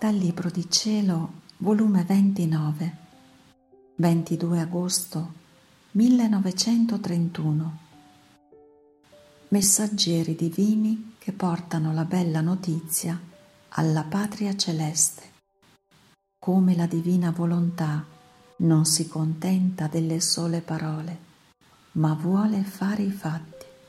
Dal Libro di Cielo, volume 29, 22 agosto 1931. Messaggeri divini che portano la bella notizia alla patria celeste. Come la divina volontà non si contenta delle sole parole, ma vuole fare i fatti.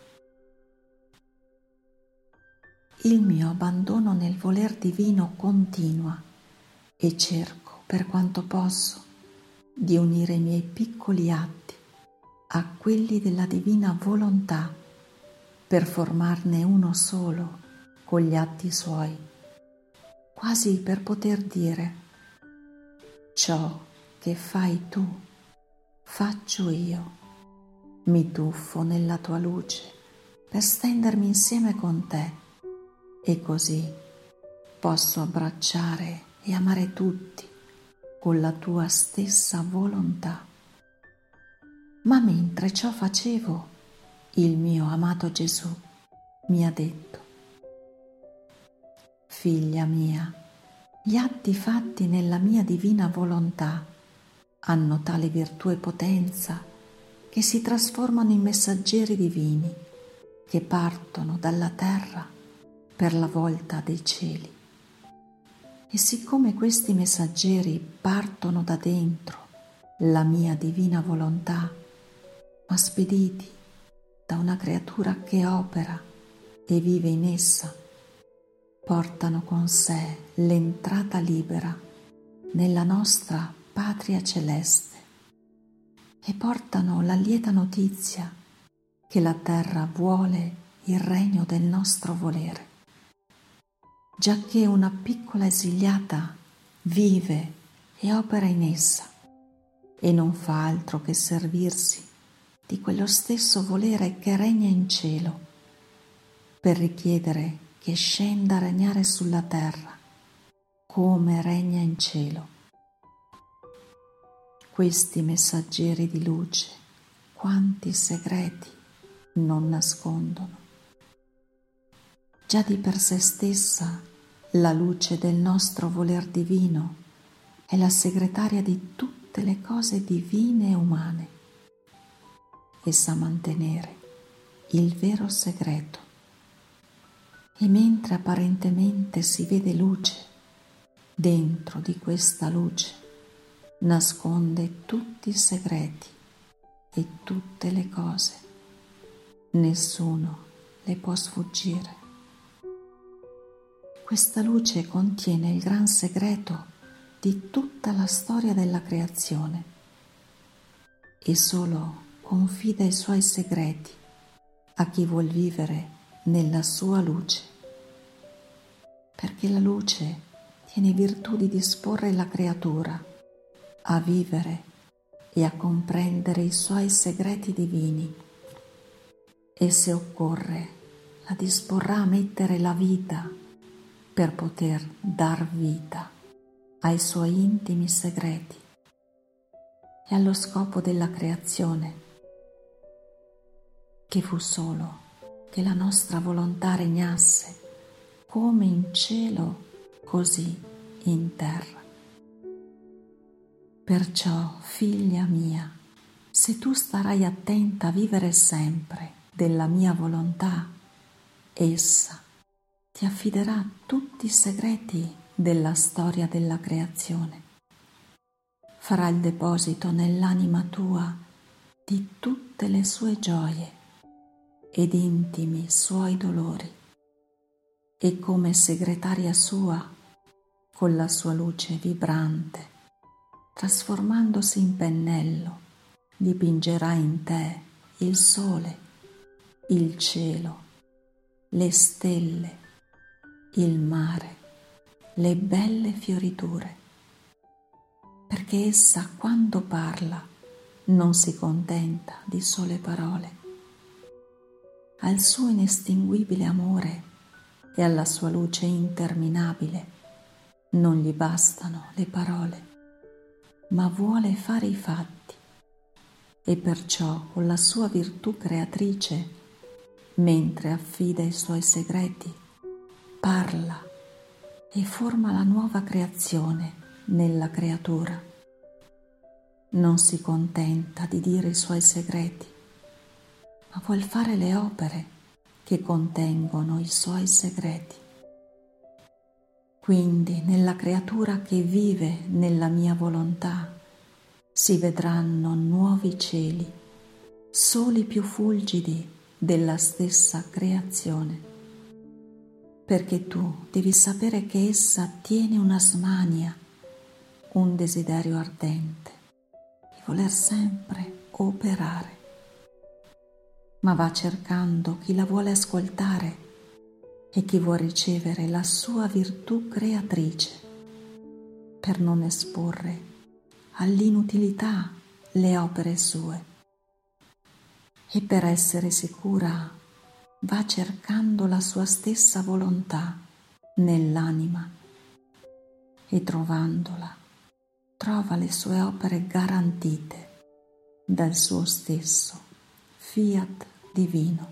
Il mio abbandono nel voler divino continua e cerco, per quanto posso, di unire i miei piccoli atti a quelli della divina volontà per formarne uno solo con gli atti suoi, quasi per poter dire: ciò che fai tu, faccio io, mi tuffo nella tua luce per stendermi insieme con te e così posso abbracciare e amare tutti con la tua stessa volontà. Ma mentre ciò facevo, il mio amato Gesù mi ha detto: figlia mia, gli atti fatti nella mia divina volontà hanno tale virtù e potenza che si trasformano in messaggeri divini che partono dalla terra per la volta dei cieli. E siccome questi messaggeri partono da dentro la mia divina volontà, ma spediti da una creatura che opera e vive in essa, portano con sé l'entrata libera nella nostra patria celeste e portano la lieta notizia che la terra vuole il regno del nostro volere, giacché una piccola esiliata vive e opera in essa e non fa altro che servirsi di quello stesso volere che regna in cielo, per richiedere che scenda a regnare sulla terra come regna in cielo. Questi messaggeri di luce, quanti segreti non nascondono. Già di per sé stessa la luce del nostro voler divino è la segretaria di tutte le cose divine e umane e sa mantenere il vero segreto. E mentre apparentemente si vede luce, dentro di questa luce nasconde tutti i segreti e tutte le cose. Nessuno le può sfuggire. Questa luce contiene il gran segreto di tutta la storia della creazione e solo confida i suoi segreti a chi vuol vivere nella sua luce, perché la luce tiene virtù di disporre la creatura a vivere e a comprendere i suoi segreti divini, e se occorre la disporrà a mettere la vita per poter dar vita ai suoi intimi segreti e allo scopo della creazione, che fu solo che la nostra volontà regnasse come in cielo così in terra. Perciò, figlia mia, se tu starai attenta a vivere sempre della mia volontà, essa ti affiderà tutti i segreti della storia della creazione. Farà il deposito nell'anima tua di tutte le sue gioie ed intimi suoi dolori, e come segretaria sua, con la sua luce vibrante, trasformandosi in pennello, dipingerà in te il sole, il cielo, le stelle, il mare, le belle fioriture, perché essa quando parla non si contenta di sole parole. Al suo inestinguibile amore e alla sua luce interminabile non gli bastano le parole, ma vuole fare i fatti, e perciò con la sua virtù creatrice, mentre affida i suoi segreti, parla e forma la nuova creazione nella creatura. Non si contenta di dire i suoi segreti, ma vuol fare le opere che contengono i suoi segreti. Quindi nella creatura che vive nella mia volontà si vedranno nuovi cieli, soli più fulgidi della stessa creazione, perché tu devi sapere che essa tiene una smania, un desiderio ardente di voler sempre operare, ma va cercando chi la vuole ascoltare e chi vuol ricevere la sua virtù creatrice per non esporre all'inutilità le opere sue. E per essere sicura va cercando la sua stessa volontà nell'anima e trovandola trova le sue opere garantite dal suo stesso fiat divino.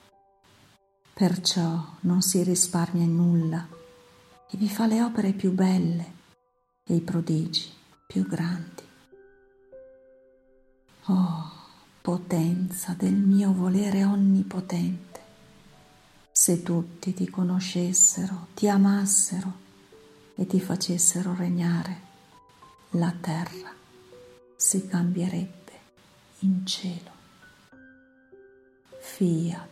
Perciò non si risparmia in nulla e vi fa le opere più belle e i prodigi più grandi. Oh, potenza del mio volere onnipotente, se tutti ti conoscessero, ti amassero e ti facessero regnare, la terra si cambierebbe in cielo. Fiat.